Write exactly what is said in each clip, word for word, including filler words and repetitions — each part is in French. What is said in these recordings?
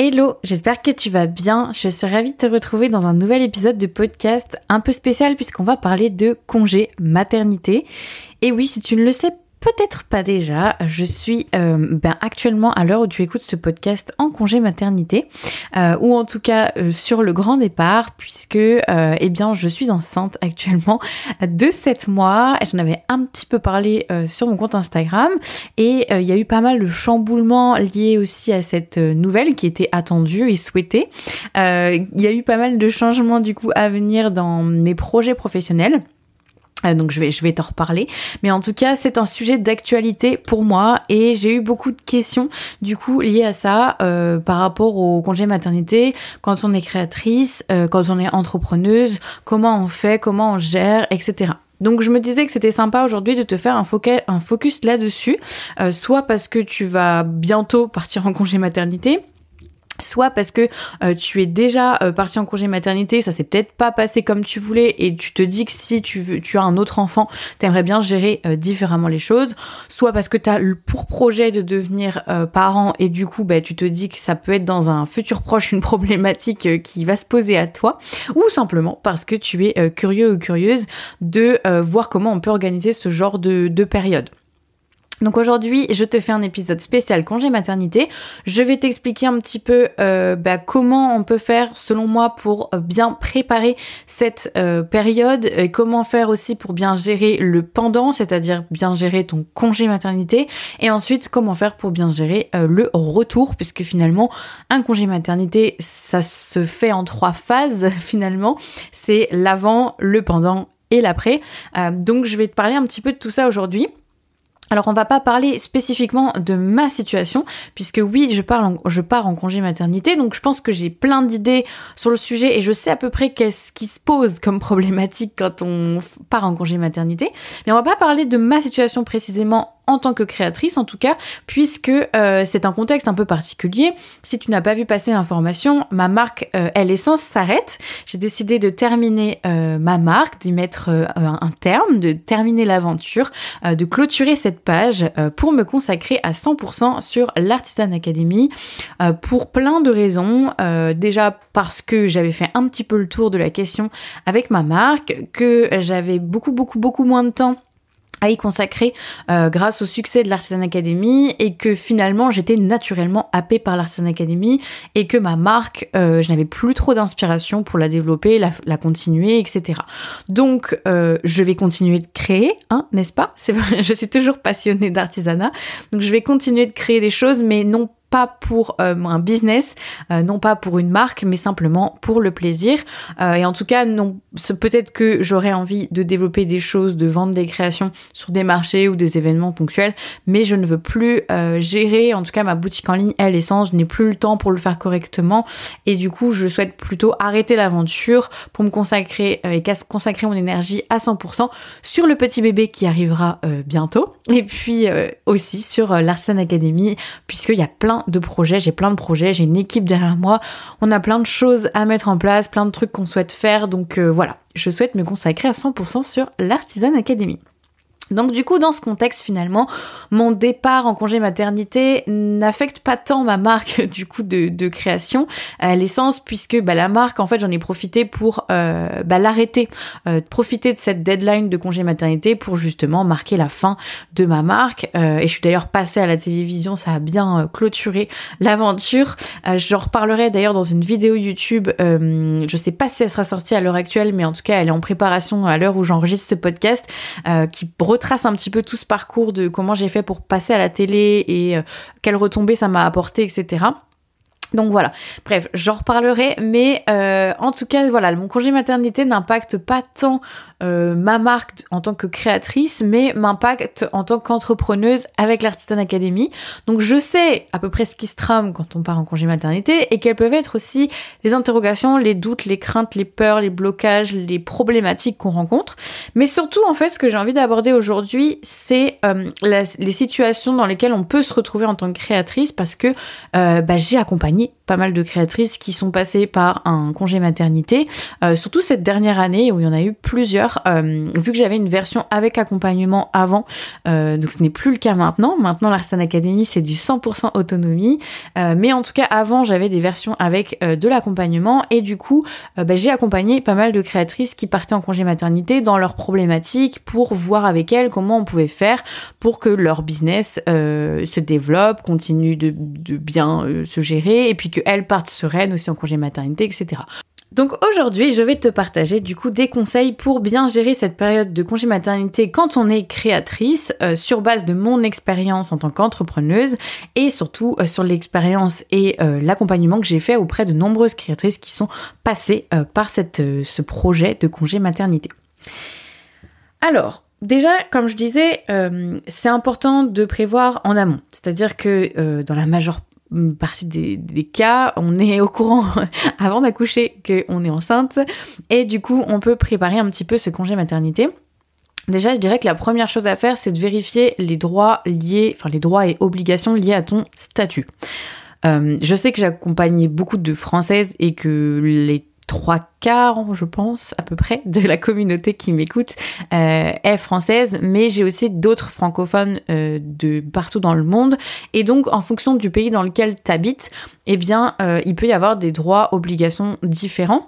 Hello, j'espère que tu vas bien. Je suis ravie de te retrouver dans un nouvel épisode de podcast un peu spécial puisqu'on va parler de congé maternité. Et oui, si tu ne le sais peut-être pas déjà, je suis euh, ben, actuellement à l'heure où tu écoutes ce podcast en congé maternité euh, ou en tout cas euh, sur le grand départ puisque euh, eh bien je suis enceinte actuellement de sept mois. J'en avais un petit peu parlé euh, sur mon compte Instagram et il euh, y a eu pas mal de chamboulements liés aussi à cette euh, nouvelle qui était attendue et souhaitée. Il euh, y a eu pas mal de changements du coup à venir dans mes projets professionnels. Donc je vais, je vais t'en reparler. Mais en tout cas, c'est un sujet d'actualité pour moi et j'ai eu beaucoup de questions du coup liées à ça euh, par rapport au congé maternité, quand on est créatrice, euh, quand on est entrepreneuse, comment on fait, comment on gère, et cetera. Donc je me disais que c'était sympa aujourd'hui de te faire un focus, un focus là-dessus, euh, soit parce que tu vas bientôt partir en congé maternité, soit parce que euh, tu es déjà euh, partie en congé maternité, ça s'est peut-être pas passé comme tu voulais et tu te dis que si tu veux, tu as un autre enfant, t'aimerais bien gérer euh, différemment les choses, soit parce que t'as pour projet de devenir euh, parent et du coup bah, tu te dis que ça peut être dans un futur proche une problématique euh, qui va se poser à toi, ou simplement parce que tu es euh, curieux ou curieuse de euh, voir comment on peut organiser ce genre de, de période. Donc aujourd'hui, je te fais un épisode spécial congé maternité. Je vais t'expliquer un petit peu euh, bah, comment on peut faire, selon moi, pour bien préparer cette euh, période et comment faire aussi pour bien gérer le pendant, c'est-à-dire bien gérer ton congé maternité, et ensuite comment faire pour bien gérer euh, le retour, puisque finalement, un congé maternité, ça se fait en trois phases finalement. C'est l'avant, le pendant et l'après. Euh, donc je vais te parler un petit peu de tout ça aujourd'hui. Alors on va pas parler spécifiquement de ma situation, puisque oui, je, parle en, je pars en congé maternité, donc je pense que j'ai plein d'idées sur le sujet et je sais à peu près qu'est-ce qui se pose comme problématique quand on part en congé maternité. Mais on va pas parler de ma situation précisément en tant que créatrice en tout cas, puisque euh, c'est un contexte un peu particulier. Si tu n'as pas vu passer l'information, ma marque euh, Elle Essence s'arrête. J'ai décidé de terminer euh, ma marque, d'y mettre euh, un terme, de terminer l'aventure, euh, de clôturer cette page euh, pour me consacrer à cent pour cent sur l'Artisan Academy euh, pour plein de raisons. Euh, déjà parce que j'avais fait un petit peu le tour de la question avec ma marque, que j'avais beaucoup beaucoup beaucoup moins de temps à y consacrer euh, grâce au succès de l'Artisan Academy et que finalement j'étais naturellement happée par l'Artisan Academy et que ma marque, euh, je n'avais plus trop d'inspiration pour la développer, la, la continuer, et cetera. Donc euh, je vais continuer de créer, hein, n'est-ce pas ? C'est vrai, je suis toujours passionnée d'artisanat, donc je vais continuer de créer des choses, mais non pas pour euh, un business, euh, non pas pour une marque, mais simplement pour le plaisir. Euh, et en tout cas, non, c'est peut-être que j'aurais envie de développer des choses, de vendre des créations sur des marchés ou des événements ponctuels, mais je ne veux plus euh, gérer, en tout cas ma boutique en ligne, Elle Essence, je n'ai plus le temps pour le faire correctement. Et du coup, je souhaite plutôt arrêter l'aventure pour me consacrer euh, et consacrer mon énergie à cent pour cent sur le petit bébé qui arrivera euh, bientôt. Et puis euh, aussi sur euh, l'Artisan Academy, puisqu'il y a plein de projets, j'ai plein de projets, j'ai une équipe derrière moi, on a plein de choses à mettre en place, plein de trucs qu'on souhaite faire, donc euh, voilà, je souhaite me consacrer à cent pour cent sur l'Artisan Academy. Donc du coup, dans ce contexte, finalement, mon départ en congé maternité n'affecte pas tant ma marque du coup de, de création, à l'essence, puisque bah, la marque, en fait, j'en ai profité pour euh, bah, l'arrêter, euh, profiter de cette deadline de congé maternité pour justement marquer la fin de ma marque. Euh, et je suis d'ailleurs passée à la télévision, ça a bien euh, clôturé l'aventure. Euh, j'en reparlerai d'ailleurs dans une vidéo YouTube. Euh, je sais pas si elle sera sortie à l'heure actuelle, mais en tout cas, elle est en préparation à l'heure où j'enregistre ce podcast, euh, qui retrace un petit peu tout ce parcours de comment j'ai fait pour passer à la télé et euh, quelles retombées ça m'a apporté, et cetera. Donc voilà, bref, j'en reparlerai, mais euh, en tout cas, voilà, mon congé maternité n'impacte pas tant euh, ma marque en tant que créatrice, mais m'impacte en tant qu'entrepreneuse avec l'Artisan Academy. Donc je sais à peu près ce qui se trame quand on part en congé maternité et quelles peuvent être aussi les interrogations, les doutes, les craintes, les peurs, les blocages, les problématiques qu'on rencontre. Mais surtout, en fait, ce que j'ai envie d'aborder aujourd'hui, c'est euh, la, les situations dans lesquelles on peut se retrouver en tant que créatrice, parce que euh, bah, j'ai accompagné pas mal de créatrices qui sont passées par un congé maternité, euh, surtout cette dernière année où il y en a eu plusieurs. d'ailleurs, euh, vu que j'avais une version avec accompagnement avant, euh, donc ce n'est plus le cas maintenant. Maintenant, l'Arsène Academy, c'est du cent pour cent autonomie. Euh, mais en tout cas, avant, j'avais des versions avec euh, de l'accompagnement. Et du coup, euh, bah, j'ai accompagné pas mal de créatrices qui partaient en congé maternité dans leurs problématiques pour voir avec elles comment on pouvait faire pour que leur business euh, se développe, continue de, de bien euh, se gérer et puis qu'elles partent sereines aussi en congé maternité, et cetera. Donc aujourd'hui, je vais te partager du coup des conseils pour bien gérer cette période de congé maternité quand on est créatrice euh, sur base de mon expérience en tant qu'entrepreneuse et surtout euh, sur l'expérience et euh, l'accompagnement que j'ai fait auprès de nombreuses créatrices qui sont passées euh, par cette, euh, ce projet de congé maternité. Alors, déjà, comme je disais, euh, c'est important de prévoir en amont. C'est-à-dire que euh, dans la majeure partie des, des cas, on est au courant avant d'accoucher qu'on est enceinte et du coup, on peut préparer un petit peu ce congé maternité. Déjà, je dirais que la première chose à faire, c'est de vérifier les droits liés, enfin les droits et obligations liés à ton statut. Euh, je sais que j'accompagnais beaucoup de Françaises et que les trois quarts, je pense, à peu près, de la communauté qui m'écoute euh, est française, mais j'ai aussi d'autres francophones euh, de partout dans le monde. Et donc, en fonction du pays dans lequel tu habites, eh bien, euh, il peut y avoir des droits, obligations différents.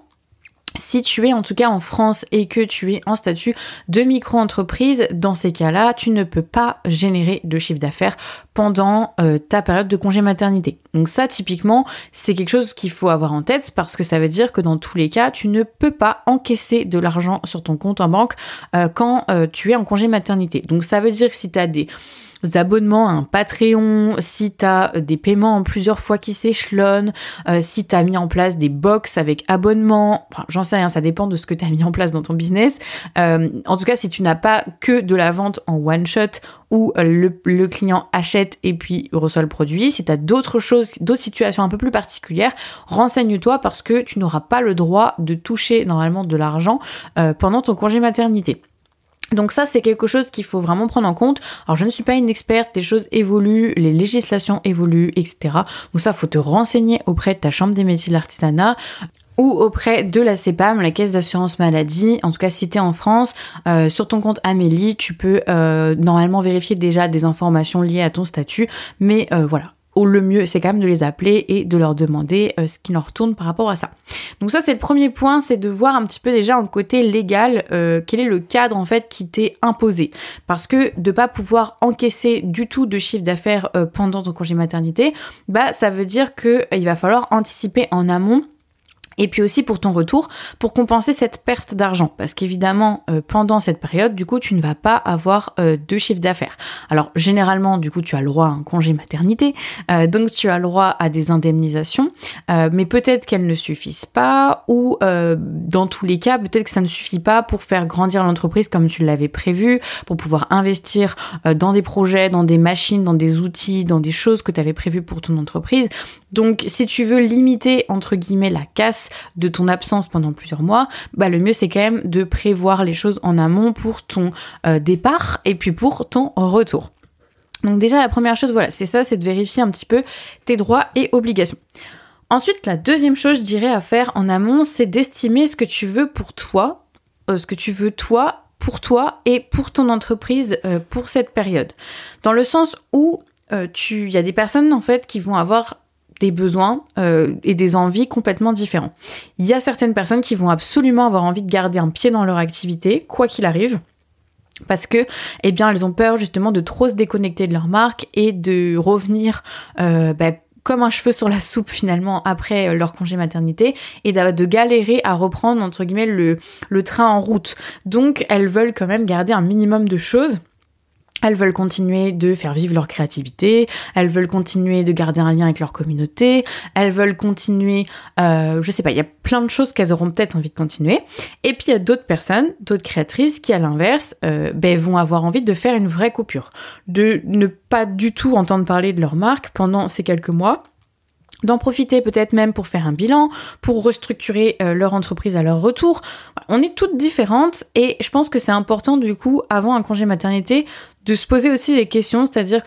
Si tu es en tout cas en France et que tu es en statut de micro-entreprise, dans ces cas-là, tu ne peux pas générer de chiffre d'affaires pendant euh, ta période de congé maternité. Donc ça, typiquement, c'est quelque chose qu'il faut avoir en tête parce que ça veut dire que dans tous les cas, tu ne peux pas encaisser de l'argent sur ton compte en banque euh, quand euh, tu es en congé maternité. Donc ça veut dire que si tu as des abonnements à un Patreon, si tu as des paiements en plusieurs fois qui s'échelonnent, euh, si tu as mis en place des box avec abonnement, enfin, j'en sais rien, ça dépend de ce que tu as mis en place dans ton business. Euh, en tout cas, si tu n'as pas que de la vente en one shot où le, le client achète et puis reçoit le produit, si tu as d'autres choses, d'autres situations un peu plus particulières, renseigne-toi parce que tu n'auras pas le droit de toucher normalement de l'argent euh, pendant ton congé maternité. Donc ça, c'est quelque chose qu'il faut vraiment prendre en compte. Alors, je ne suis pas une experte, les choses évoluent, les législations évoluent, et cetera. Donc ça, faut te renseigner auprès de ta chambre des métiers de l'artisanat ou auprès de la C E P A M, la caisse d'assurance maladie. En tout cas, si tu es en France, euh, sur ton compte Amélie, tu peux euh, normalement vérifier déjà des informations liées à ton statut. Mais euh, voilà. Ou le mieux, c'est quand même de les appeler et de leur demander euh, ce qui leur tourne par rapport à ça. Donc ça, c'est le premier point, c'est de voir un petit peu déjà en côté légal, euh, quel est le cadre en fait qui t'est imposé. Parce que de pas pouvoir encaisser du tout de chiffre d'affaires euh, pendant ton congé maternité, bah ça veut dire que euh, il va falloir anticiper en amont. Et puis aussi pour ton retour, pour compenser cette perte d'argent. Parce qu'évidemment, euh, pendant cette période, du coup, tu ne vas pas avoir euh, de chiffre d'affaires. Alors, généralement, du coup, tu as le droit à un congé maternité, euh, donc tu as le droit à des indemnisations, euh, mais peut-être qu'elles ne suffisent pas, ou euh, dans tous les cas, peut-être que ça ne suffit pas pour faire grandir l'entreprise comme tu l'avais prévu, pour pouvoir investir euh, dans des projets, dans des machines, dans des outils, dans des choses que tu avais prévues pour ton entreprise. Donc, si tu veux limiter, entre guillemets, la casse de ton absence pendant plusieurs mois, bah le mieux c'est quand même de prévoir les choses en amont pour ton euh, départ et puis pour ton retour. Donc déjà la première chose, voilà, c'est ça, c'est de vérifier un petit peu tes droits et obligations. Ensuite, la deuxième chose, je dirais, à faire en amont, c'est d'estimer ce que tu veux pour toi, euh, ce que tu veux toi, pour toi et pour ton entreprise euh, pour cette période. Dans le sens où euh, tu, il y a des personnes en fait qui vont avoir des besoins euh, et des envies complètement différents. Il y a certaines personnes qui vont absolument avoir envie de garder un pied dans leur activité, quoi qu'il arrive, parce que, eh bien, elles ont peur justement de trop se déconnecter de leur marque et de revenir euh, bah, comme un cheveu sur la soupe finalement après leur congé maternité et de galérer à reprendre entre guillemets le, le train en route. Donc, elles veulent quand même garder un minimum de choses. Elles veulent continuer de faire vivre leur créativité, elles veulent continuer de garder un lien avec leur communauté, elles veulent continuer, euh, je sais pas, il y a plein de choses qu'elles auront peut-être envie de continuer. Et puis il y a d'autres personnes, d'autres créatrices qui à l'inverse, euh, ben, vont avoir envie de faire une vraie coupure, de ne pas du tout entendre parler de leur marque pendant ces quelques mois, d'en profiter peut-être même pour faire un bilan, pour restructurer euh, leur entreprise à leur retour. On est toutes différentes et je pense que c'est important du coup, avant un congé maternité, de se poser aussi des questions, c'est-à-dire que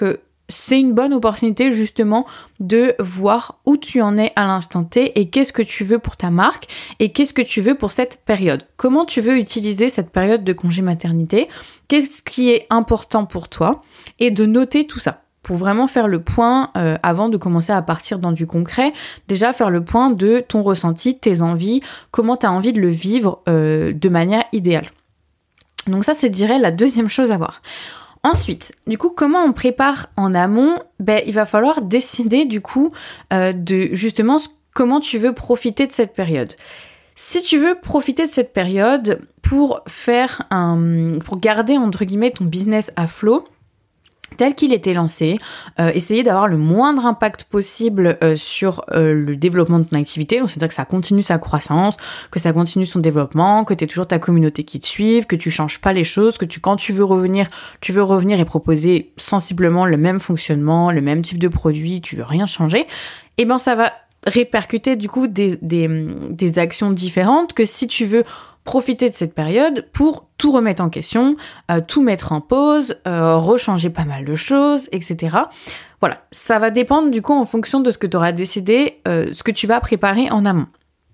c'est une bonne opportunité justement de voir où tu en es à l'instant T et qu'est-ce que tu veux pour ta marque et qu'est-ce que tu veux pour cette période. Comment tu veux utiliser cette période de congé maternité, qu'est-ce qui est important pour toi et de noter tout ça pour vraiment faire le point euh, avant de commencer à partir dans du concret. Déjà faire le point de ton ressenti, tes envies, comment tu as envie de le vivre euh, de manière idéale. Donc ça, c'est, je dirais, la deuxième chose à voir. Ensuite, du coup, comment on prépare en amont ? Ben, il va falloir décider du coup euh, de justement comment tu veux profiter de cette période. Si tu veux profiter de cette période pour faire un, pour garder entre guillemets ton business à flot, tel qu'il était lancé, euh, essayer d'avoir le moindre impact possible euh, sur euh, le développement de ton activité, donc c'est-à-dire que ça continue sa croissance, que ça continue son développement, que tu aies toujours ta communauté qui te suive, que tu changes pas les choses, que tu, quand tu veux revenir, tu veux revenir et proposer sensiblement le même fonctionnement, le même type de produit, tu veux rien changer, et ben ça va répercuter du coup des, des, des actions différentes que si tu veux profiter de cette période pour tout remettre en question, euh, tout mettre en pause, euh, rechanger pas mal de choses, et cetera. Voilà, ça va dépendre du coup en fonction de ce que tu auras décidé, euh, ce que tu vas préparer en amont.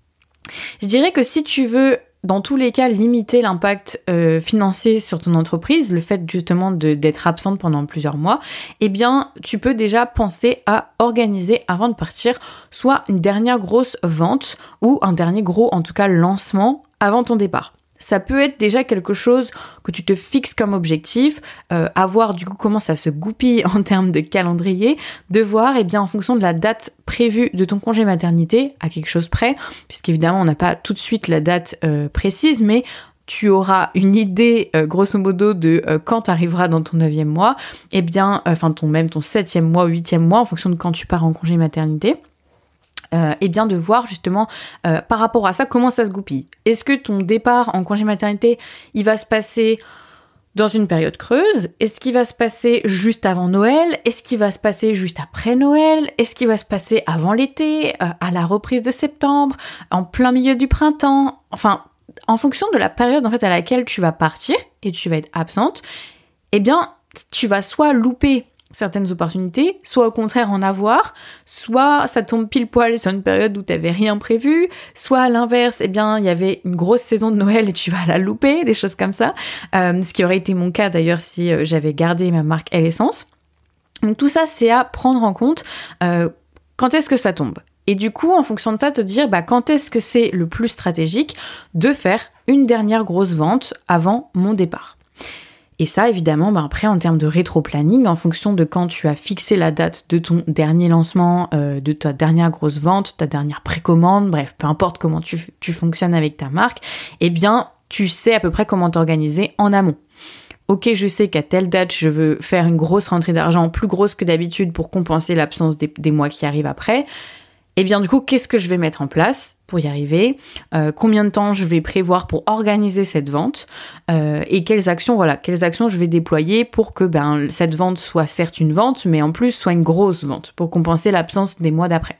Je dirais que si tu veux, dans tous les cas, limiter l'impact euh, financier sur ton entreprise, le fait justement de, d'être absente pendant plusieurs mois, eh bien, tu peux déjà penser à organiser avant de partir soit une dernière grosse vente ou un dernier gros, en tout cas, lancement avant ton départ. Ça peut être déjà quelque chose que tu te fixes comme objectif, euh, à voir du coup comment ça se goupille en termes de calendrier, de voir eh bien en fonction de la date prévue de ton congé maternité, à quelque chose près, puisqu'évidemment on n'a pas tout de suite la date euh, précise, mais tu auras une idée euh, grosso modo de euh, quand tu arriveras dans ton neuvième mois, eh bien, enfin euh, ton même ton septième mois, huitième mois, en fonction de quand tu pars en congé maternité. Euh, et bien de voir justement euh, par rapport à ça comment ça se goupille. Est-ce que ton départ en congé maternité, il va se passer dans une période creuse ? Est-ce qu'il va se passer juste avant Noël ? Est-ce qu'il va se passer juste après Noël ? Est-ce qu'il va se passer avant l'été, euh, à la reprise de septembre, en plein milieu du printemps ? Enfin, en fonction de la période en fait à laquelle tu vas partir et tu vas être absente, eh bien tu vas soit louper certaines opportunités, soit au contraire en avoir, soit ça tombe pile poil sur une période où tu n'avais rien prévu, soit à l'inverse, eh bien il y avait une grosse saison de Noël et tu vas la louper, des choses comme ça, euh, ce qui aurait été mon cas d'ailleurs si euh, j'avais gardé ma marque Elle Essence. Donc tout ça c'est à prendre en compte, euh, quand est-ce que ça tombe ? Et du coup, en fonction de ça, te dire bah, quand est-ce que c'est le plus stratégique de faire une dernière grosse vente avant mon départ. Et ça, évidemment, ben après, en termes de rétro-planning, en fonction de quand tu as fixé la date de ton dernier lancement, euh, de ta dernière grosse vente, ta dernière précommande, bref, peu importe comment tu, tu fonctionnes avec ta marque, eh bien, tu sais à peu près comment t'organiser en amont. Ok, je sais qu'à telle date, je veux faire une grosse rentrée d'argent, plus grosse que d'habitude pour compenser l'absence des, des mois qui arrivent après. Et bien du coup, qu'est-ce que je vais mettre en place pour y arriver ? euh, Combien de temps je vais prévoir pour organiser cette vente ? euh, Et quelles actions, voilà, quelles actions je vais déployer pour que ben, cette vente soit certes une vente, mais en plus soit une grosse vente, pour compenser l'absence des mois d'après.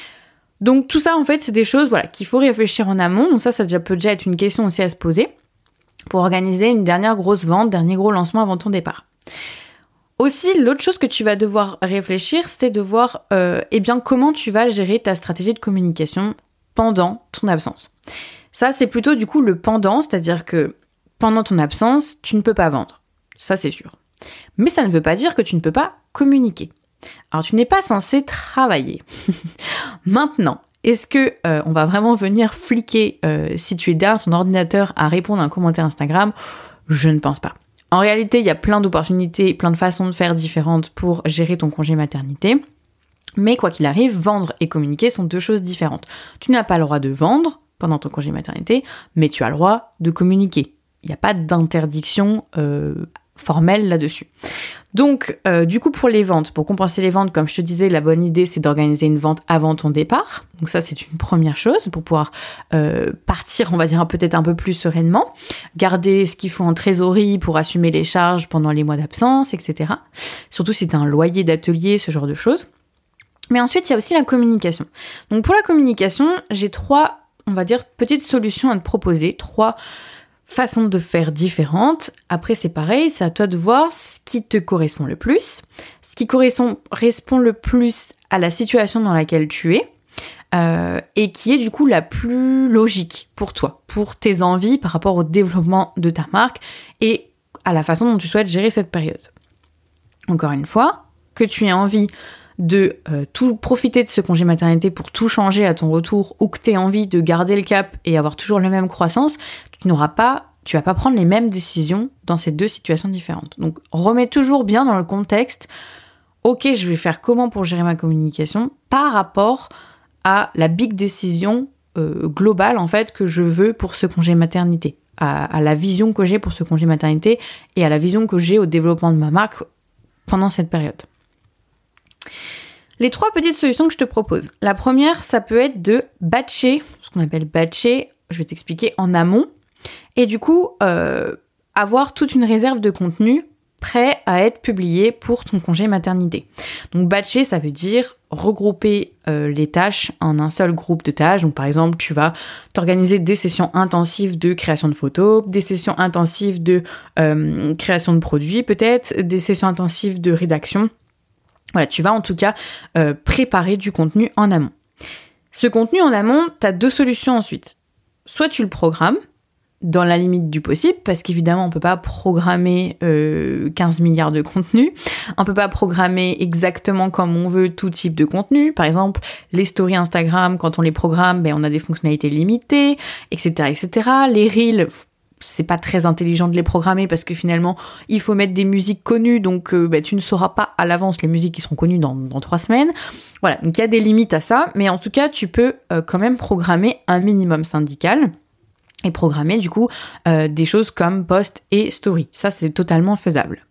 Donc tout ça, en fait, c'est des choses voilà, qu'il faut réfléchir en amont. Donc ça, ça déjà, peut déjà être une question aussi à se poser pour organiser une dernière grosse vente, dernier gros lancement avant ton départ. Aussi, l'autre chose que tu vas devoir réfléchir, c'est de voir euh, eh bien, comment tu vas gérer ta stratégie de communication pendant ton absence. Ça, c'est plutôt du coup le pendant, c'est-à-dire que pendant ton absence, tu ne peux pas vendre. Ça, c'est sûr. Mais ça ne veut pas dire que tu ne peux pas communiquer. Alors, tu n'es pas censé travailler. Maintenant, est-ce que euh, on va vraiment venir fliquer euh, si tu es derrière ton ordinateur à répondre à un commentaire Instagram ? Je ne pense pas. En réalité, il y a plein d'opportunités, plein de façons de faire différentes pour gérer ton congé maternité. Mais quoi qu'il arrive, vendre et communiquer sont deux choses différentes. Tu n'as pas le droit de vendre pendant ton congé maternité, mais tu as le droit de communiquer. Il n'y a pas d'interdiction euh, formelle là-dessus. Donc, euh, du coup, pour les ventes, pour compenser les ventes, comme je te disais, la bonne idée, c'est d'organiser une vente avant ton départ. Donc ça, c'est une première chose pour pouvoir euh, partir, on va dire, peut-être un peu plus sereinement, garder ce qu'il faut en trésorerie pour assumer les charges pendant les mois d'absence, et cetera. Surtout si tu as un loyer d'atelier, ce genre de choses. Mais ensuite, il y a aussi la communication. Donc pour la communication, j'ai trois, on va dire, petites solutions à te proposer, trois façons de faire différentes. Après, c'est pareil, c'est à toi de voir ce qui te correspond le plus, ce qui correspond le plus à la situation dans laquelle tu es, euh, et qui est du coup la plus logique pour toi, pour tes envies par rapport au développement de ta marque et à la façon dont tu souhaites gérer cette période. Encore une fois, que tu aies envie de euh, tout profiter de ce congé maternité pour tout changer à ton retour, ou que tu aies envie de garder le cap et avoir toujours la même croissance, tu n'auras pas, tu vas pas prendre les mêmes décisions dans ces deux situations différentes. Donc remets toujours bien dans le contexte, ok, je vais faire comment pour gérer ma communication par rapport à la big décision euh, globale en fait que je veux pour ce congé maternité, à, à la vision que j'ai pour ce congé maternité et à la vision que j'ai au développement de ma marque pendant cette période. Les trois petites solutions que je te propose. La première, ça peut être de batcher, ce qu'on appelle batcher, je vais t'expliquer, en amont, et du coup, euh, avoir toute une réserve de contenu prêt à être publié pour ton congé maternité. Donc batcher, ça veut dire regrouper euh, les tâches en un seul groupe de tâches. Donc par exemple, tu vas t'organiser des sessions intensives de création de photos, des sessions intensives de euh, création de produits peut-être, des sessions intensives de rédaction. Voilà, tu vas en tout cas euh, préparer du contenu en amont. Ce contenu en amont, tu as deux solutions ensuite. Soit tu le programmes dans la limite du possible, parce qu'évidemment, on ne peut pas programmer euh, quinze milliards de contenus. On ne peut pas programmer exactement comme on veut tout type de contenu. Par exemple, les stories Instagram, quand on les programme, ben, on a des fonctionnalités limitées, et cetera, et cetera. Les reels, c'est pas très intelligent de les programmer parce que finalement, il faut mettre des musiques connues, donc euh, bah, tu ne sauras pas à l'avance les musiques qui seront connues dans, dans trois semaines. Voilà, donc il y a des limites à ça, mais en tout cas, tu peux euh, quand même programmer un minimum syndical et programmer du coup euh, des choses comme post et story. Ça, c'est totalement faisable.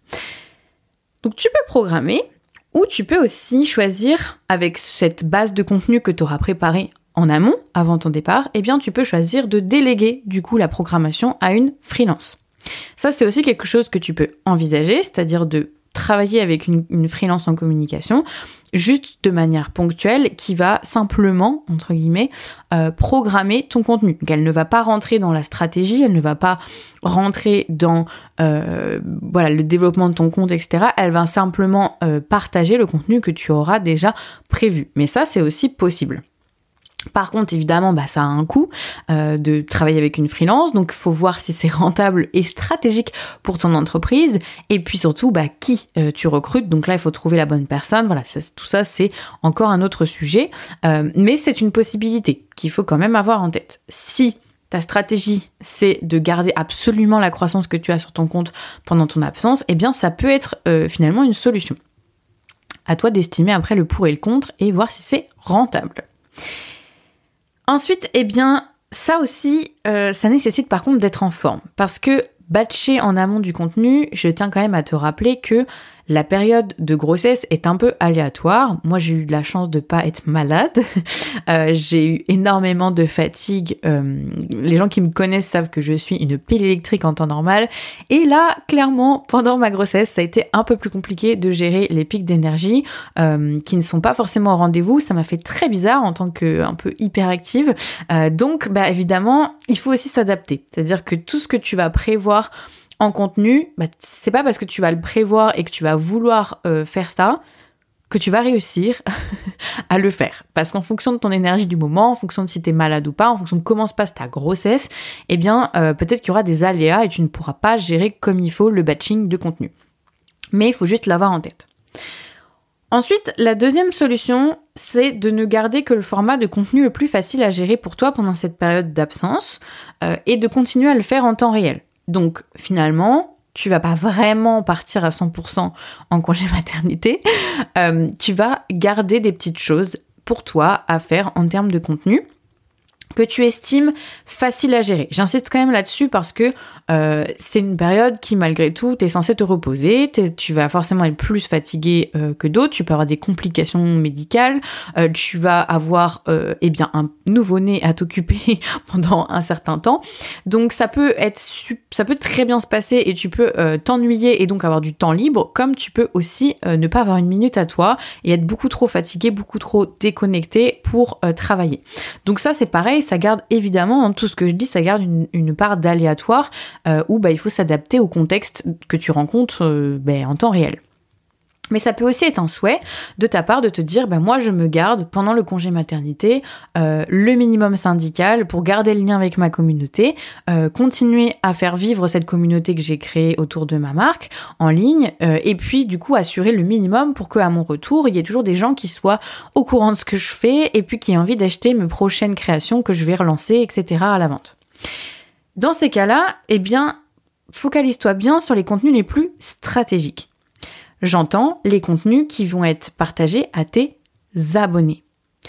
Donc tu peux programmer, ou tu peux aussi choisir, avec cette base de contenu que tu auras préparée en amont, avant ton départ, eh bien tu peux choisir de déléguer du coup la programmation à une freelance. Ça, c'est aussi quelque chose que tu peux envisager, c'est-à-dire de travailler avec une, une freelance en communication, juste de manière ponctuelle, qui va simplement, entre guillemets, euh, programmer ton contenu. Donc elle ne va pas rentrer dans la stratégie, elle ne va pas rentrer dans euh, voilà, le développement de ton compte, et cetera. Elle va simplement euh, partager le contenu que tu auras déjà prévu. Mais ça, c'est aussi possible. Par contre, évidemment, bah, ça a un coût euh, de travailler avec une freelance, donc il faut voir si c'est rentable et stratégique pour ton entreprise, et puis surtout, bah, qui euh, tu recrutes. Donc là, il faut trouver la bonne personne. Voilà, ça, tout ça, c'est encore un autre sujet, euh, mais c'est une possibilité qu'il faut quand même avoir en tête. Si ta stratégie, c'est de garder absolument la croissance que tu as sur ton compte pendant ton absence, eh bien, ça peut être euh, finalement une solution. À toi d'estimer après le pour et le contre et voir si c'est rentable. Ensuite, eh bien, ça aussi, euh, ça nécessite par contre d'être en forme. Parce que batcher en amont du contenu, je tiens quand même à te rappeler que la période de grossesse est un peu aléatoire. Moi, j'ai eu de la chance de pas être malade. Euh, j'ai eu énormément de fatigue. Euh, les gens qui me connaissent savent que je suis une pile électrique en temps normal. Et là, clairement, pendant ma grossesse, ça a été un peu plus compliqué de gérer les pics d'énergie euh, qui ne sont pas forcément au rendez-vous. Ça m'a fait très bizarre en tant que un peu hyperactive. Euh, donc, bah, évidemment, il faut aussi s'adapter. C'est-à-dire que tout ce que tu vas prévoir en contenu, bah, c'est pas parce que tu vas le prévoir et que tu vas vouloir euh, faire ça que tu vas réussir à le faire. Parce qu'en fonction de ton énergie du moment, en fonction de si t'es malade ou pas, en fonction de comment se passe ta grossesse, eh bien, euh, peut-être qu'il y aura des aléas et tu ne pourras pas gérer comme il faut le batching de contenu. Mais il faut juste l'avoir en tête. Ensuite, la deuxième solution, c'est de ne garder que le format de contenu le plus facile à gérer pour toi pendant cette période d'absence euh, et de continuer à le faire en temps réel. Donc finalement, tu vas pas vraiment partir à cent pour cent en congé maternité, euh, tu vas garder des petites choses pour toi à faire en termes de contenu que tu estimes facile à gérer. J'insiste quand même là-dessus parce que euh, c'est une période qui, malgré tout, t'es censé te reposer, tu vas forcément être plus fatigué euh, que d'autres, tu peux avoir des complications médicales, euh, tu vas avoir euh, eh bien un nouveau-né à t'occuper pendant un certain temps. Donc ça peut être ça peut très bien se passer et tu peux euh, t'ennuyer et donc avoir du temps libre, comme tu peux aussi euh, ne pas avoir une minute à toi et être beaucoup trop fatigué, beaucoup trop déconnecté pour euh, travailler. Donc ça, c'est pareil. pareil, ça garde évidemment, dans tout ce que je dis, ça garde une, une part d'aléatoire euh, où bah, il faut s'adapter au contexte que tu rencontres euh, bah, en temps réel. Mais ça peut aussi être un souhait de ta part de te dire ben moi je me garde pendant le congé maternité euh, le minimum syndical pour garder le lien avec ma communauté, euh, continuer à faire vivre cette communauté que j'ai créée autour de ma marque en ligne euh, et puis du coup assurer le minimum pour qu'à mon retour il y ait toujours des gens qui soient au courant de ce que je fais et puis qui aient envie d'acheter mes prochaines créations que je vais relancer, et cetera à la vente. Dans ces cas-là, eh bien, focalise-toi bien sur les contenus les plus stratégiques. J'entends les contenus qui vont être partagés à tes abonnés.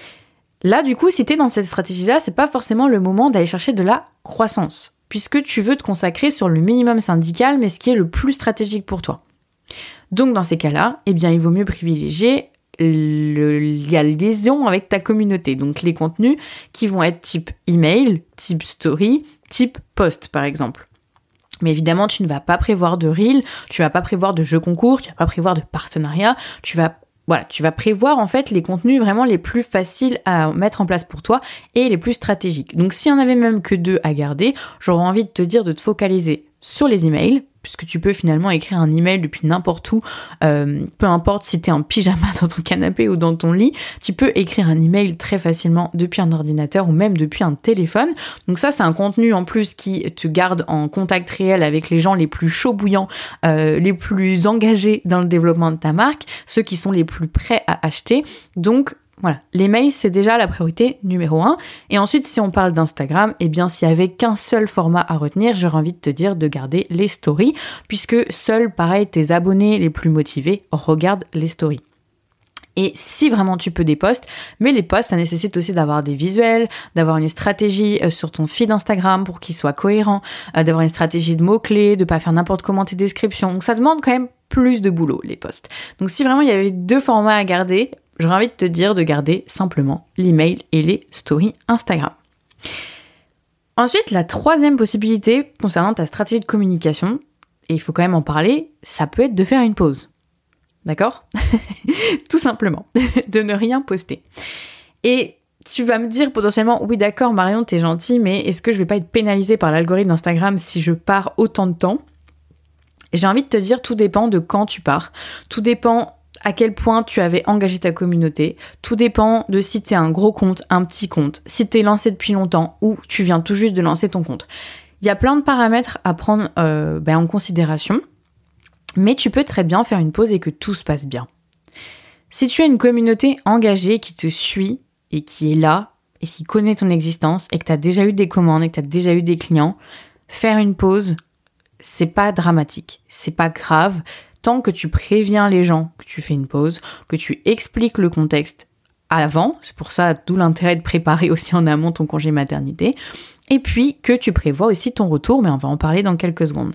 Là, du coup, si tu es dans cette stratégie-là, c'est pas forcément le moment d'aller chercher de la croissance, puisque tu veux te consacrer sur le minimum syndical, mais ce qui est le plus stratégique pour toi. Donc, dans ces cas-là, eh bien, il vaut mieux privilégier le, la liaison avec ta communauté. Donc, les contenus qui vont être type email, type story, type post, par exemple. Mais évidemment, tu ne vas pas prévoir de reel, tu vas pas prévoir de jeux concours, tu vas pas prévoir de partenariat, tu vas, voilà, tu vas prévoir en fait les contenus vraiment les plus faciles à mettre en place pour toi et les plus stratégiques. Donc s'il y en avait même que deux à garder, j'aurais envie de te dire de te focaliser sur les emails, puisque tu peux finalement écrire un email depuis n'importe où, euh, peu importe si t'es en pyjama dans ton canapé ou dans ton lit, tu peux écrire un email très facilement depuis un ordinateur ou même depuis un téléphone. Donc ça, c'est un contenu en plus qui te garde en contact réel avec les gens les plus chauds bouillants, euh, les plus engagés dans le développement de ta marque, ceux qui sont les plus prêts à acheter. Donc voilà, les mails, c'est déjà la priorité numéro un. Et ensuite, si on parle d'Instagram, eh bien, s'il n'y avait qu'un seul format à retenir, j'aurais envie de te dire de garder les stories, puisque seuls, pareil, tes abonnés les plus motivés regardent les stories. Et si vraiment tu peux des posts, mais les posts, ça nécessite aussi d'avoir des visuels, d'avoir une stratégie sur ton feed Instagram pour qu'il soit cohérent, d'avoir une stratégie de mots-clés, de pas faire n'importe comment tes descriptions. Donc ça demande quand même plus de boulot, les posts. Donc si vraiment il y avait deux formats à garder, j'aurais envie de te dire de garder simplement l'email et les stories Instagram. Ensuite, la troisième possibilité concernant ta stratégie de communication, et il faut quand même en parler, ça peut être de faire une pause. D'accord ? Tout simplement, de ne rien poster. Et tu vas me dire potentiellement, oui d'accord Marion, t'es gentille, mais est-ce que je vais pas être pénalisée par l'algorithme d'Instagram si je pars autant de temps ? J'ai envie de te dire, tout dépend de quand tu pars, tout dépend à quel point tu avais engagé ta communauté. Tout dépend de si t'es un gros compte, un petit compte, si t'es lancé depuis longtemps ou tu viens tout juste de lancer ton compte. Il y a plein de paramètres à prendre euh, ben, en considération, mais tu peux très bien faire une pause et que tout se passe bien. Si tu as une communauté engagée qui te suit et qui est là et qui connaît ton existence et que tu as déjà eu des commandes et que tu as déjà eu des clients, faire une pause, c'est pas dramatique, c'est pas grave. Tant que tu préviens les gens que tu fais une pause, que tu expliques le contexte avant, c'est pour ça d'où l'intérêt de préparer aussi en amont ton congé maternité, et puis que tu prévois aussi ton retour, mais on va en parler dans quelques secondes.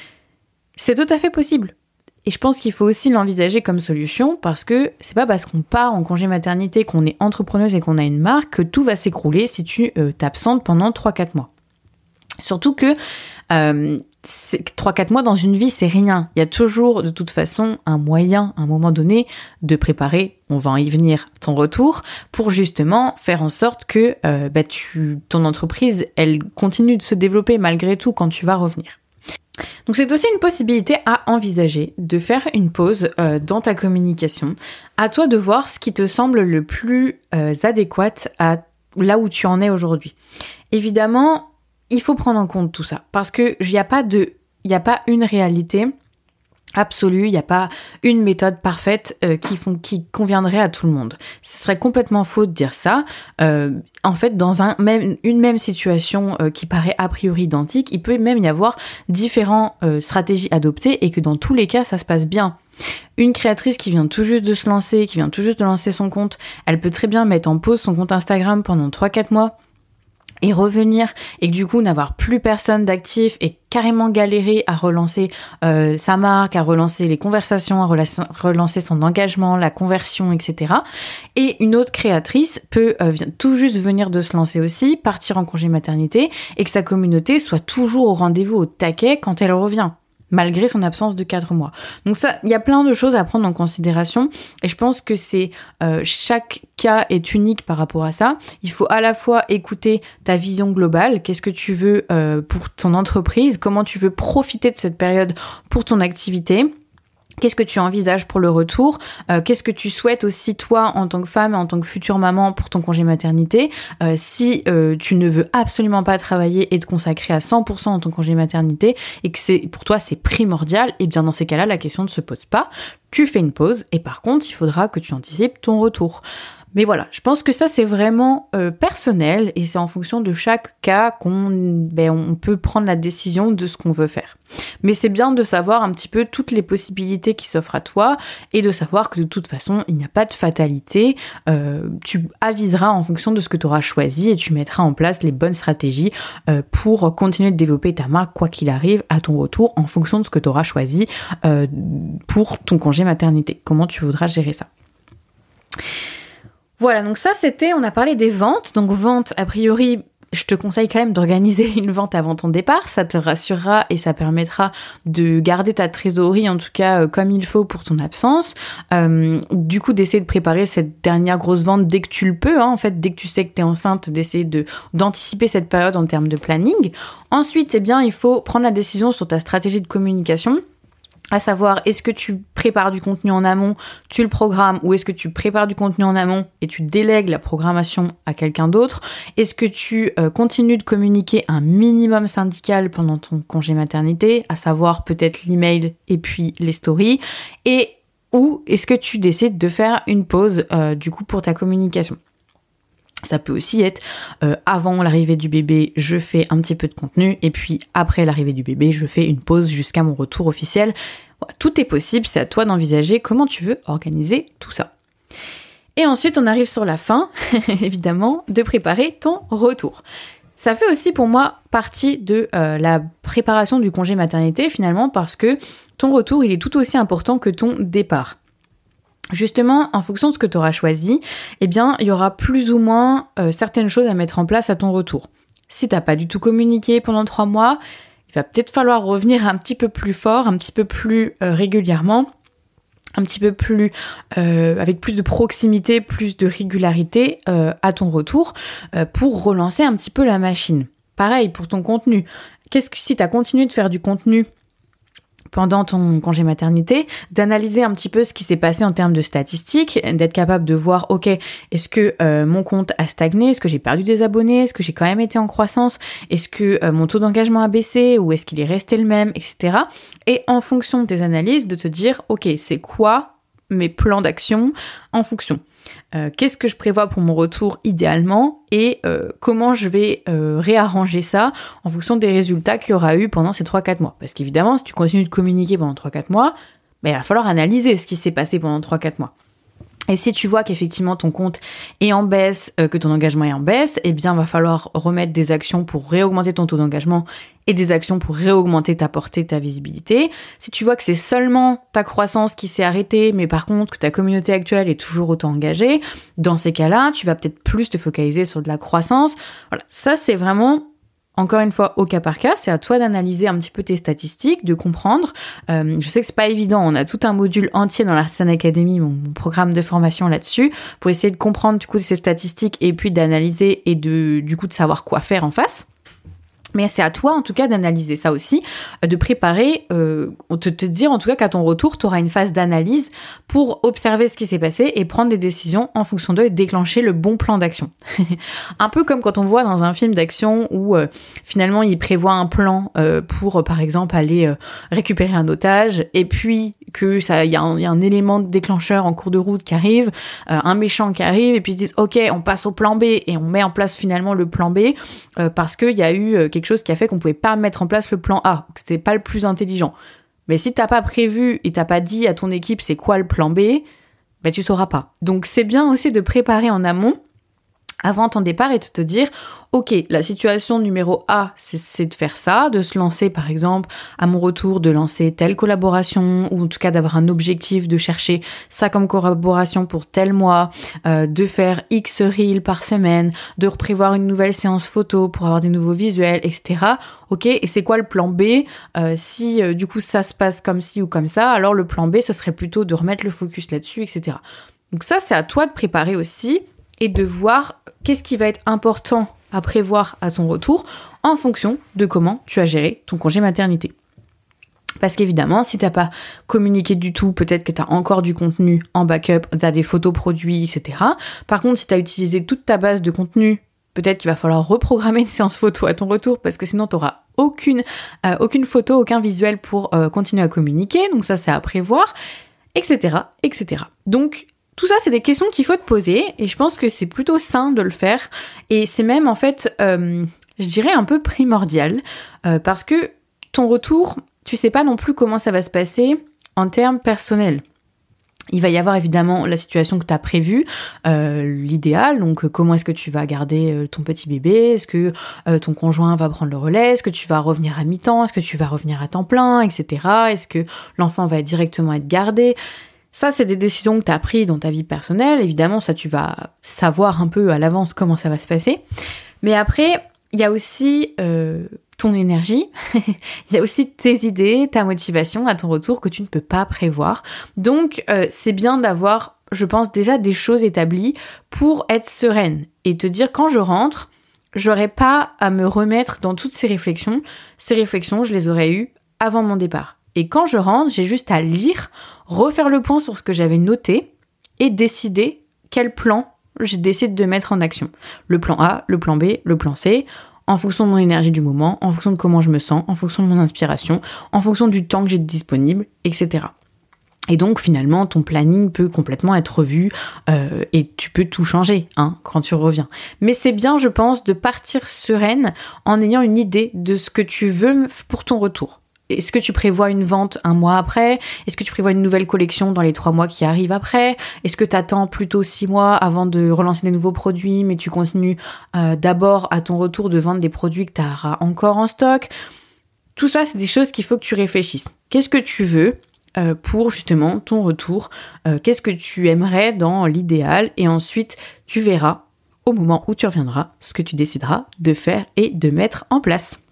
C'est tout à fait possible. Et je pense qu'il faut aussi l'envisager comme solution parce que c'est pas parce qu'on part en congé maternité, qu'on est entrepreneuse et qu'on a une marque que tout va s'écrouler si tu euh, t'absentes pendant trois à quatre mois. Surtout que euh, trois à quatre mois dans une vie, c'est rien. Il y a toujours de toute façon un moyen, à un moment donné, de préparer, on va en y venir, ton retour, pour justement faire en sorte que euh, bah, tu, ton entreprise, elle continue de se développer malgré tout quand tu vas revenir. Donc c'est aussi une possibilité à envisager, de faire une pause euh, dans ta communication. À toi de voir ce qui te semble le plus euh, adéquat à là où tu en es aujourd'hui. Évidemment, il faut prendre en compte tout ça, parce que il n'y a pas de, il n'y a pas une réalité absolue, il n'y a pas une méthode parfaite euh, qui, font, qui conviendrait à tout le monde. Ce serait complètement faux de dire ça. Euh, en fait, dans un même, une même situation euh, qui paraît a priori identique, il peut même y avoir différentes euh, stratégies adoptées et que dans tous les cas, ça se passe bien. Une créatrice qui vient tout juste de se lancer, qui vient tout juste de lancer son compte, elle peut très bien mettre en pause son compte Instagram pendant trois à quatre mois et revenir et du coup n'avoir plus personne d'actif et carrément galérer à relancer euh, sa marque, à relancer les conversations, à relancer, relancer son engagement, la conversion, et cetera. Et une autre créatrice peut euh, tout juste venir de se lancer aussi, partir en congé maternité et que sa communauté soit toujours au rendez-vous au taquet quand elle revient. malgré son absence de quatre mois. Donc ça, il y a plein de choses à prendre en considération et je pense que c'est euh, chaque cas est unique par rapport à ça. Il faut à la fois écouter ta vision globale, qu'est-ce que tu veux euh, pour ton entreprise, comment tu veux profiter de cette période pour ton activité. Qu'est-ce que tu envisages pour le retour ? euh, Qu'est-ce que tu souhaites aussi toi en tant que femme, en tant que future maman pour ton congé maternité ? euh, Si euh, tu ne veux absolument pas travailler et te consacrer à cent pour cent dans ton congé maternité et que c'est pour toi c'est primordial, et bien dans ces cas-là la question ne se pose pas. Tu fais une pause et par contre il faudra que tu anticipes ton retour. Mais voilà, je pense que ça c'est vraiment euh, personnel et c'est en fonction de chaque cas qu'on ben, on peut prendre la décision de ce qu'on veut faire. Mais c'est bien de savoir un petit peu toutes les possibilités qui s'offrent à toi et de savoir que de toute façon il n'y a pas de fatalité. Euh, tu aviseras en fonction de ce que tu auras choisi et tu mettras en place les bonnes stratégies euh, pour continuer de développer ta marque quoi qu'il arrive à ton retour en fonction de ce que tu auras choisi euh, pour ton congé maternité. Comment tu voudras gérer ça. Voilà, donc ça c'était, on a parlé des ventes. Donc vente, a priori, je te conseille quand même d'organiser une vente avant ton départ. Ça te rassurera et ça permettra de garder ta trésorerie, en tout cas euh, comme il faut pour ton absence. Euh, du coup, d'essayer de préparer cette dernière grosse vente dès que tu le peux. Hein, en fait, dès que tu sais que tu es enceinte, d'essayer de, d'anticiper cette période en termes de planning. Ensuite, eh bien, il faut prendre la décision sur ta stratégie de communication. À savoir, est-ce que tu prépares du contenu en amont, tu le programmes, ou est-ce que tu prépares du contenu en amont et tu délègues la programmation à quelqu'un d'autre ? Est-ce que tu euh, continues de communiquer un minimum syndical pendant ton congé maternité, à savoir peut-être l'email et puis les stories ? Et ou est-ce que tu décides de faire une pause euh, du coup pour ta communication ? Ça peut aussi être euh, avant l'arrivée du bébé, je fais un petit peu de contenu et puis après l'arrivée du bébé, je fais une pause jusqu'à mon retour officiel. Voilà, tout est possible, c'est à toi d'envisager comment tu veux organiser tout ça. Et ensuite, on arrive sur la fin, évidemment, de préparer ton retour. Ça fait aussi pour moi partie de euh, la préparation du congé maternité finalement parce que ton retour, il est tout aussi important que ton départ. Justement, en fonction de ce que tu auras choisi, eh bien, il y aura plus ou moins euh, certaines choses à mettre en place à ton retour. Si t'as pas du tout communiqué pendant trois mois, il va peut-être falloir revenir un petit peu plus fort, un petit peu plus euh, régulièrement, un petit peu plus euh, avec plus de proximité, plus de régularité euh, à ton retour euh, pour relancer un petit peu la machine. Pareil pour ton contenu. Qu'est-ce que si tu as continué de faire du contenu pendant ton congé maternité, d'analyser un petit peu ce qui s'est passé en termes de statistiques, d'être capable de voir, ok, est-ce que euh, mon compte a stagné, est-ce que j'ai perdu des abonnés, est-ce que j'ai quand même été en croissance, est-ce que euh, mon taux d'engagement a baissé ou est-ce qu'il est resté le même, et cetera. Et en fonction de tes analyses, de te dire, ok, c'est quoi mes plans d'action en fonction. Euh, qu'est-ce que je prévois pour mon retour idéalement et euh, comment je vais euh, réarranger ça en fonction des résultats qu'il y aura eu pendant ces trois quatre mois. Parce qu'évidemment, si tu continues de communiquer pendant trois quatre mois, ben, il va falloir analyser ce qui s'est passé pendant trois quatre mois. Et si tu vois qu'effectivement ton compte est en baisse, euh, que ton engagement est en baisse, eh bien, il va falloir remettre des actions pour réaugmenter ton taux d'engagement et des actions pour réaugmenter ta portée, ta visibilité. Si tu vois que c'est seulement ta croissance qui s'est arrêtée, mais par contre que ta communauté actuelle est toujours autant engagée, dans ces cas-là, tu vas peut-être plus te focaliser sur de la croissance. Voilà, ça c'est vraiment... Encore une fois, au cas par cas, c'est à toi d'analyser un petit peu tes statistiques, de comprendre. Euh, je sais que c'est pas évident, on a tout un module entier dans l'Artisan Academy, mon, mon programme de formation là-dessus, pour essayer de comprendre du coup ces statistiques et puis d'analyser et de du coup de savoir quoi faire en face. Mais c'est à toi, en tout cas, d'analyser ça aussi, de préparer, euh, te, te dire en tout cas qu'à ton retour, tu auras une phase d'analyse pour observer ce qui s'est passé et prendre des décisions en fonction d'eux et déclencher le bon plan d'action. Un peu comme quand on voit dans un film d'action où euh, finalement il prévoit un plan euh, pour, euh, par exemple, aller euh, récupérer un otage et puis que ça, il y, y a un élément déclencheur en cours de route qui arrive, euh, un méchant qui arrive et puis ils se disent ok, on passe au plan B et on met en place finalement le plan B euh, parce qu'il y a eu euh, quelque chose qui a fait qu'on pouvait pas mettre en place le plan A, que c'était pas le plus intelligent. Mais si t'as pas prévu et t'as pas dit à ton équipe c'est quoi le plan B, ben tu sauras pas. Donc c'est bien aussi de préparer en amont avant ton départ et de te dire, ok, la situation numéro A, c'est, c'est de faire ça, de se lancer par exemple, à mon retour, de lancer telle collaboration, ou en tout cas d'avoir un objectif, de chercher ça comme collaboration pour tel mois, euh, de faire X reels par semaine, de reprévoir une nouvelle séance photo pour avoir des nouveaux visuels, et cetera. Ok, et c'est quoi le plan B ? euh, Si euh, du coup ça se passe comme ci ou comme ça, alors le plan B, ce serait plutôt de remettre le focus là-dessus, et cetera. Donc ça, c'est à toi de préparer aussi, et de voir qu'est-ce qui va être important à prévoir à ton retour en fonction de comment tu as géré ton congé maternité. Parce qu'évidemment, si t'as pas communiqué du tout, peut-être que t'as encore du contenu en backup, t'as des photos produits, et cetera. Par contre, si t'as utilisé toute ta base de contenu, peut-être qu'il va falloir reprogrammer une séance photo à ton retour, parce que sinon t'auras aucune, euh, aucune photo, aucun visuel pour euh, continuer à communiquer. Donc ça, c'est à prévoir, et cetera, et cetera. Donc, tout ça, c'est des questions qu'il faut te poser et je pense que c'est plutôt sain de le faire et c'est même en fait, euh, je dirais un peu primordial euh, parce que ton retour, tu sais pas non plus comment ça va se passer en termes personnels. Il va y avoir évidemment la situation que tu as prévue, euh, l'idéal, donc comment est-ce que tu vas garder euh, ton petit bébé, est-ce que euh, ton conjoint va prendre le relais, est-ce que tu vas revenir à mi-temps, est-ce que tu vas revenir à temps plein, et cetera. Est-ce que l'enfant va directement être gardé ? Ça, c'est des décisions que tu as prises dans ta vie personnelle. Évidemment, ça, tu vas savoir un peu à l'avance comment ça va se passer. Mais après, il y a aussi euh, ton énergie. Il y a aussi tes idées, ta motivation à ton retour que tu ne peux pas prévoir. Donc, euh, c'est bien d'avoir, je pense, déjà des choses établies pour être sereine et te dire quand je rentre, j'aurais pas à me remettre dans toutes ces réflexions. Ces réflexions, je les aurais eues avant mon départ. Et quand je rentre, j'ai juste à lire, refaire le point sur ce que j'avais noté et décider quel plan je décide de mettre en action. Le plan A, le plan B, le plan C, en fonction de mon énergie du moment, en fonction de comment je me sens, en fonction de mon inspiration, en fonction du temps que j'ai disponible, et cetera. Et donc finalement, ton planning peut complètement être revu euh, et tu peux tout changer hein, quand tu reviens. Mais c'est bien, je pense, de partir sereine en ayant une idée de ce que tu veux pour ton retour. Est-ce que tu prévois une vente un mois après ? Est-ce que tu prévois une nouvelle collection dans les trois mois qui arrivent après ? Est-ce que tu attends plutôt six mois avant de relancer des nouveaux produits, mais tu continues euh, d'abord à ton retour de vendre des produits que tu auras encore en stock ? Tout ça, c'est des choses qu'il faut que tu réfléchisses. Qu'est-ce que tu veux euh, pour justement ton retour ? euh, Qu'est-ce que tu aimerais dans l'idéal ? Et ensuite, tu verras au moment où tu reviendras ce que tu décideras de faire et de mettre en place.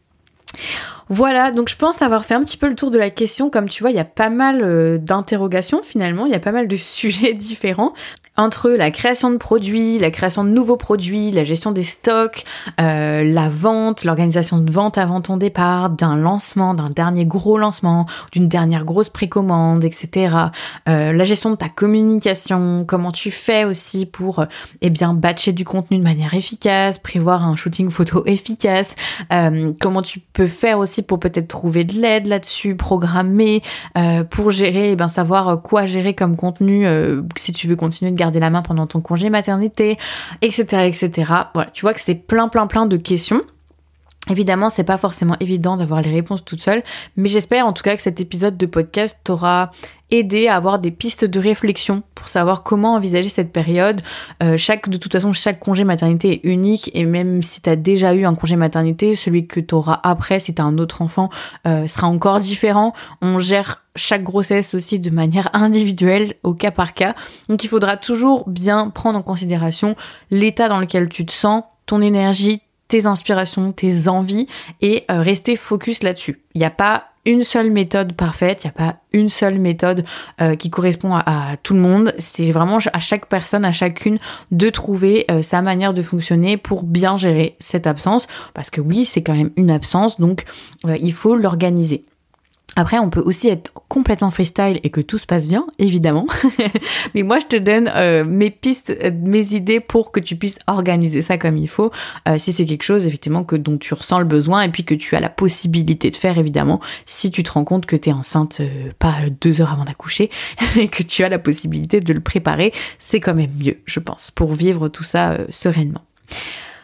Voilà, donc je pense avoir fait un petit peu le tour de la question. Comme tu vois, il y a pas mal euh, d'interrogations finalement, il y a pas mal de sujets différents. Entre la création de produits, la création de nouveaux produits, la gestion des stocks, euh, la vente, l'organisation de vente avant ton départ, d'un lancement, d'un dernier gros lancement, d'une dernière grosse précommande, et cetera. Euh, la gestion de ta communication, comment tu fais aussi pour euh, eh bien batcher du contenu de manière efficace, prévoir un shooting photo efficace, euh, comment tu peux faire aussi pour peut-être trouver de l'aide là-dessus, programmer, euh, pour gérer, eh ben savoir quoi gérer comme contenu euh, si tu veux continuer de garder la main pendant ton congé maternité, et cetera, et cetera. Voilà, tu vois que c'est plein, plein, plein de questions. Évidemment, c'est pas forcément évident d'avoir les réponses toute seule, mais j'espère en tout cas que cet épisode de podcast t'aura aidé à avoir des pistes de réflexion pour savoir comment envisager cette période. Euh, chaque, de toute façon, chaque congé maternité est unique et même si t'as déjà eu un congé maternité, celui que t'auras après, si t'as un autre enfant, euh, sera encore différent. On gère chaque grossesse aussi de manière individuelle, au cas par cas. Donc il faudra toujours bien prendre en considération l'état dans lequel tu te sens, ton énergie, tes inspirations, tes envies et euh, rester focus là-dessus. Il n'y a pas une seule méthode parfaite, il n'y a pas une seule méthode euh, qui correspond à, à tout le monde. C'est vraiment à chaque personne, à chacune de trouver euh, sa manière de fonctionner pour bien gérer cette absence. Parce que oui, c'est quand même une absence, donc euh, il faut l'organiser. Après, on peut aussi être complètement freestyle et que tout se passe bien, évidemment. Mais moi, je te donne euh, mes pistes, euh, mes idées pour que tu puisses organiser ça comme il faut. Euh, si c'est quelque chose, effectivement, que dont tu ressens le besoin et puis que tu as la possibilité de faire, évidemment, si tu te rends compte que tu es enceinte euh, pas deux heures avant d'accoucher et que tu as la possibilité de le préparer, c'est quand même mieux, je pense, pour vivre tout ça euh, sereinement.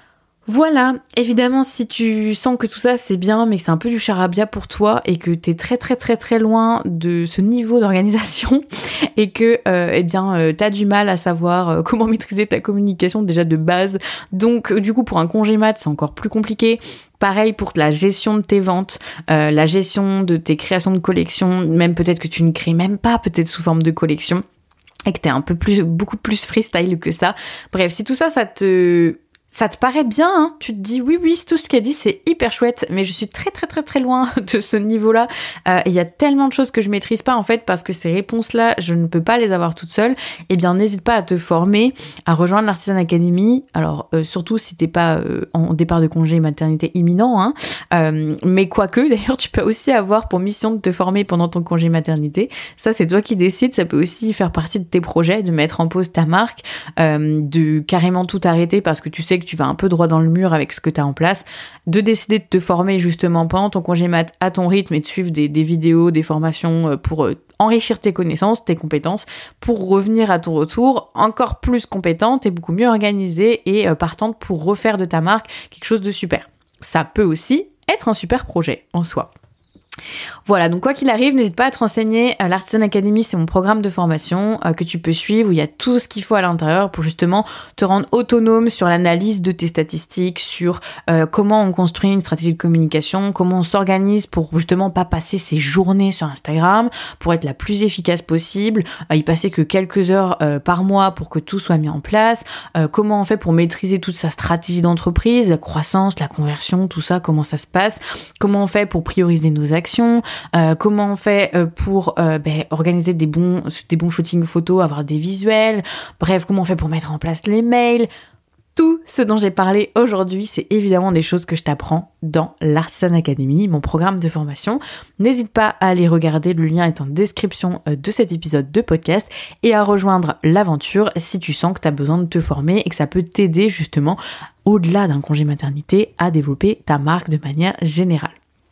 Voilà, évidemment, si tu sens que tout ça c'est bien, mais que c'est un peu du charabia pour toi et que t'es très très très très loin de ce niveau d'organisation et que euh, eh bien euh, t'as du mal à savoir euh, comment maîtriser ta communication déjà de base, donc du coup pour un congé mat c'est encore plus compliqué. Pareil pour la gestion de tes ventes, euh, la gestion de tes créations de collections, même peut-être que tu ne crées même pas, peut-être sous forme de collection et que t'es un peu plus, beaucoup plus freestyle que ça. Bref, si tout ça, ça te... Ça te paraît bien, hein, tu te dis oui, oui, tout ce qu'elle dit, c'est hyper chouette, mais je suis très, très, très, très loin de ce niveau-là. Euh, il y a tellement de choses que je maîtrise pas, en fait, parce que ces réponses-là, je ne peux pas les avoir toutes seules. Eh bien, n'hésite pas à te former, à rejoindre l'Artisan Academy. Alors, euh, surtout si t'es pas euh, en départ de congé maternité imminent, hein. Euh, mais quoique, d'ailleurs, tu peux aussi avoir pour mission de te former pendant ton congé maternité. Ça, c'est toi qui décides. Ça peut aussi faire partie de tes projets, de mettre en pause ta marque, euh, de carrément tout arrêter parce que tu sais que tu vas un peu droit dans le mur avec ce que tu as en place, de décider de te former justement pendant ton congé mat à ton rythme et de suivre des, des vidéos, des formations pour enrichir tes connaissances, tes compétences, pour revenir à ton retour encore plus compétente et beaucoup mieux organisée et partante pour refaire de ta marque quelque chose de super. Ça peut aussi être un super projet en soi. Voilà, donc quoi qu'il arrive, n'hésite pas à te renseigner. L'Artisan Academy, c'est mon programme de formation euh, que tu peux suivre où il y a tout ce qu'il faut à l'intérieur pour justement te rendre autonome sur l'analyse de tes statistiques, sur euh, comment on construit une stratégie de communication, comment on s'organise pour justement pas passer ses journées sur Instagram, pour être la plus efficace possible, euh, y passer que quelques heures euh, par mois pour que tout soit mis en place, euh, comment on fait pour maîtriser toute sa stratégie d'entreprise, la croissance, la conversion, tout ça, comment ça se passe, comment on fait pour prioriser nos actions, Euh, comment on fait euh, pour euh, ben, organiser des bons, des bons shootings photos, avoir des visuels, bref, comment on fait pour mettre en place les mails. Tout ce dont j'ai parlé aujourd'hui, c'est évidemment des choses que je t'apprends dans l'Artisan Academy, mon programme de formation. N'hésite pas à aller regarder, le lien est en description de cet épisode de podcast, et à rejoindre l'aventure si tu sens que tu as besoin de te former et que ça peut t'aider justement, au-delà d'un congé maternité, à développer ta marque de manière générale.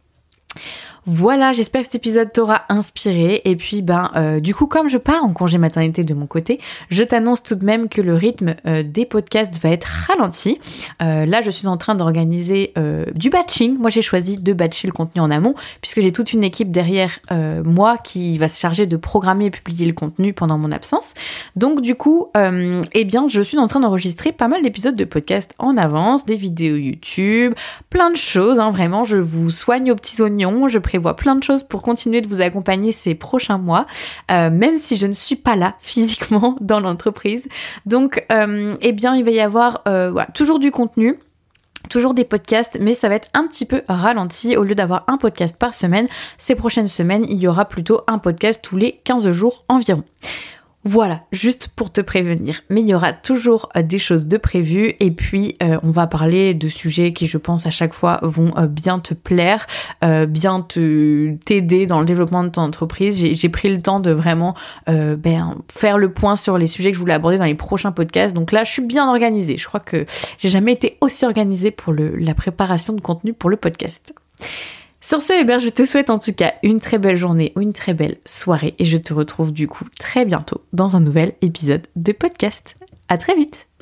Voilà, j'espère que cet épisode t'aura inspiré. Et puis, ben, euh, du coup, comme je pars en congé maternité de mon côté, je t'annonce tout de même que le rythme euh, des podcasts va être ralenti. Euh, là, je suis en train d'organiser euh, du batching. Moi, j'ai choisi de batcher le contenu en amont, puisque j'ai toute une équipe derrière euh, moi qui va se charger de programmer et publier le contenu pendant mon absence. Donc, du coup, euh, eh bien, je suis en train d'enregistrer pas mal d'épisodes de podcasts en avance, des vidéos YouTube, plein de choses. Hein, vraiment, je vous soigne aux petits oignons. Je prévois plein de choses pour continuer de vous accompagner ces prochains mois, euh, même si je ne suis pas là physiquement dans l'entreprise. Donc, euh, eh bien, il va y avoir euh, voilà, toujours du contenu, toujours des podcasts, mais ça va être un petit peu ralenti. Au lieu d'avoir un podcast par semaine, ces prochaines semaines, il y aura plutôt un podcast tous les quinze jours environ. Voilà, juste pour te prévenir. Mais il y aura toujours euh, des choses de prévues et puis euh, on va parler de sujets qui, je pense, à chaque fois vont euh, bien te plaire, euh, bien te t'aider dans le développement de ton entreprise. J'ai, j'ai pris le temps de vraiment euh, ben, faire le point sur les sujets que je voulais aborder dans les prochains podcasts. Donc là, je suis bien organisée. Je crois que j'ai jamais été aussi organisée pour le, la préparation de contenu pour le podcast. Sur ce, eh bien, je te souhaite en tout cas une très belle journée ou une très belle soirée et je te retrouve du coup très bientôt dans un nouvel épisode de podcast. À très vite!